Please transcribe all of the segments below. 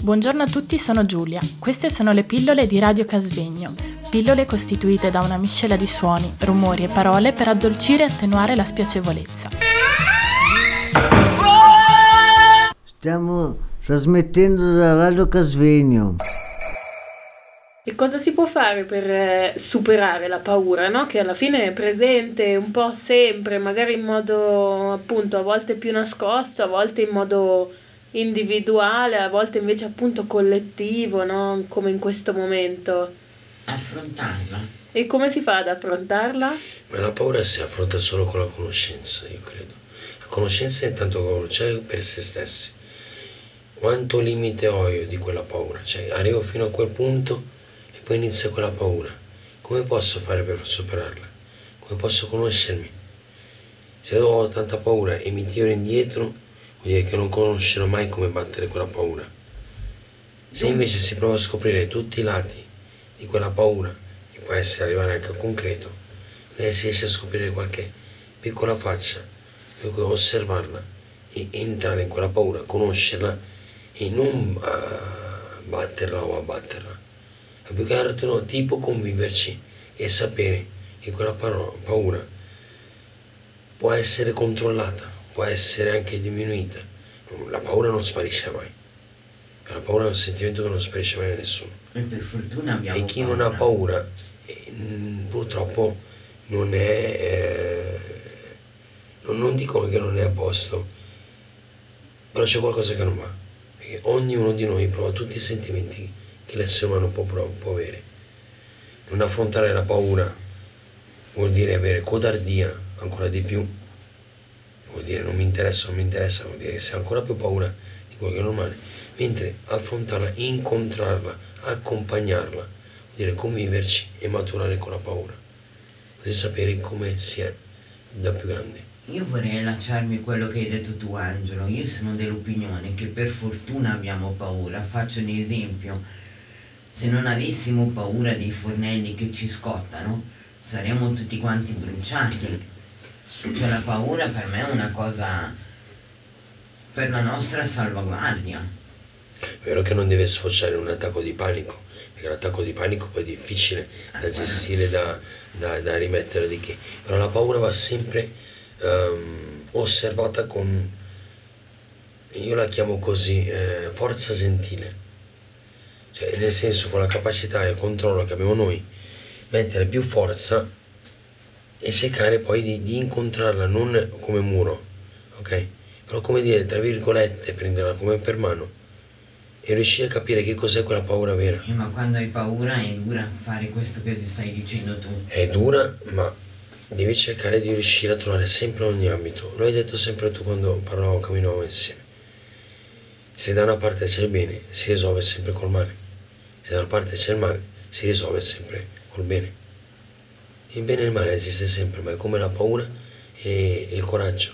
Buongiorno a tutti, sono Giulia. Queste sono le pillole di Radio Casvegno. Pillole costituite da una miscela di suoni, rumori e parole per addolcire e attenuare la spiacevolezza. Stiamo trasmettendo da Radio Casvegno. E cosa si può fare per superare la paura, no? Che alla fine è presente un po' sempre, magari in modo appunto a volte più nascosto, a volte in modo individuale, a volte invece appunto collettivo, no? Come in questo momento. Affrontarla. E come si fa ad affrontarla? Ma la paura si affronta solo con la conoscenza, io credo. La conoscenza è intanto conoscere per se stessi. Quanto limite ho io di quella paura? Cioè, arrivo fino a quel punto e poi inizia quella paura. Come posso fare per superarla? Come posso conoscermi? Se ho tanta paura e mi tiro indietro, vuol dire che non conoscerò mai come battere quella paura. Se invece si prova a scoprire tutti i lati di quella paura, che può essere arrivare anche al concreto, magari si riesce a scoprire qualche piccola faccia, per cui osservarla e entrare in quella paura, conoscerla e non batterla o abbatterla, ma più che altro tipo conviverci e sapere che quella paura può essere controllata, può essere anche diminuita. La paura non sparisce mai. La paura è un sentimento che non sparisce mai a nessuno. E per fortuna abbiamo E chi non ha paura purtroppo non è, non dico che non è a posto, però c'è qualcosa che non va. Perché ognuno di noi prova tutti i sentimenti che l'essere umano può avere. Non affrontare la paura vuol dire avere codardia ancora di più, vuol dire non mi interessa, vuol dire che sei ancora più paura di quello che è normale, mentre affrontarla, incontrarla, accompagnarla, vuol dire conviverci e maturare con la paura, così sapere come si è da più grande. Io vorrei lanciarmi quello che hai detto tu, Angelo. Io sono dell'opinione che per fortuna abbiamo paura. Faccio un esempio: se non avessimo paura dei fornelli che ci scottano, saremmo tutti quanti bruciati. Cioè la paura per me è una cosa per la nostra salvaguardia. È vero che non deve sfociare in un attacco di panico, perché l'attacco di panico poi è difficile da gestire, da rimettere di che, però la paura va sempre osservata con, io la chiamo così, forza gentile, cioè nel senso con la capacità e il controllo che abbiamo noi, mettere più forza e cercare poi di incontrarla non come muro, ok? Però come dire, tra virgolette, prenderla come per mano e riuscire a capire che cos'è quella paura vera. Ma quando hai paura è dura fare questo che stai dicendo tu. È dura, ma devi cercare di riuscire a trovare sempre ogni ambito. Lo hai detto sempre tu quando parlavamo, camminavamo insieme. Se da una parte c'è il bene, si risolve sempre col male. Se da una parte c'è il male, si risolve sempre col bene. Il bene e il male esiste sempre, ma è come la paura e il coraggio.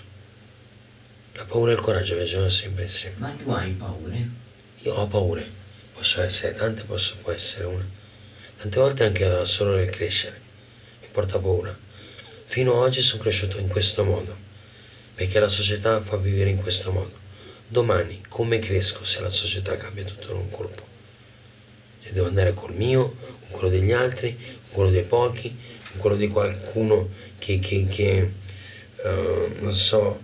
La paura e il coraggio viaggiano sempre insieme. Ma tu hai paure? Io ho paure, possono essere tante, può essere una. Tante volte anche solo nel crescere mi porta paura. Fino ad oggi sono cresciuto in questo modo, perché la società fa vivere in questo modo. Domani come cresco se la società cambia tutto in un colpo? Cioè, devo andare col mio, con quello degli altri, con quello dei pochi, con quello di qualcuno che non so,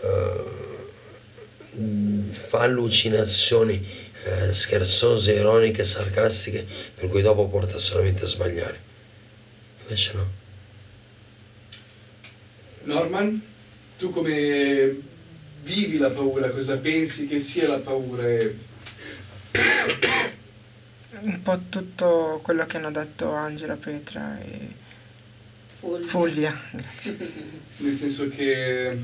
fa allucinazioni scherzose, ironiche, sarcastiche, per cui dopo porta solamente a sbagliare. Invece no. Norman, tu come vivi la paura? Cosa pensi che sia la paura? Un po' tutto quello che hanno detto Angela, Petra e Fulvia. Grazie. Nel senso che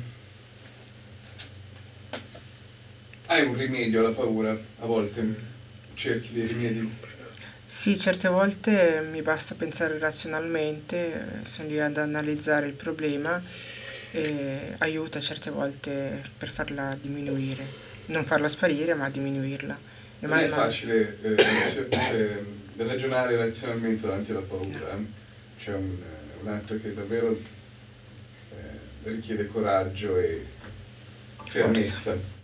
hai un rimedio alla paura, a volte cerchi dei rimedi. Sì, certe volte mi basta pensare razionalmente, sono lì ad analizzare il problema e aiuta certe volte per farla diminuire, non farla sparire ma diminuirla. Non è facile ragionare razionalmente davanti alla paura, c'è un atto che davvero richiede coraggio e fermezza.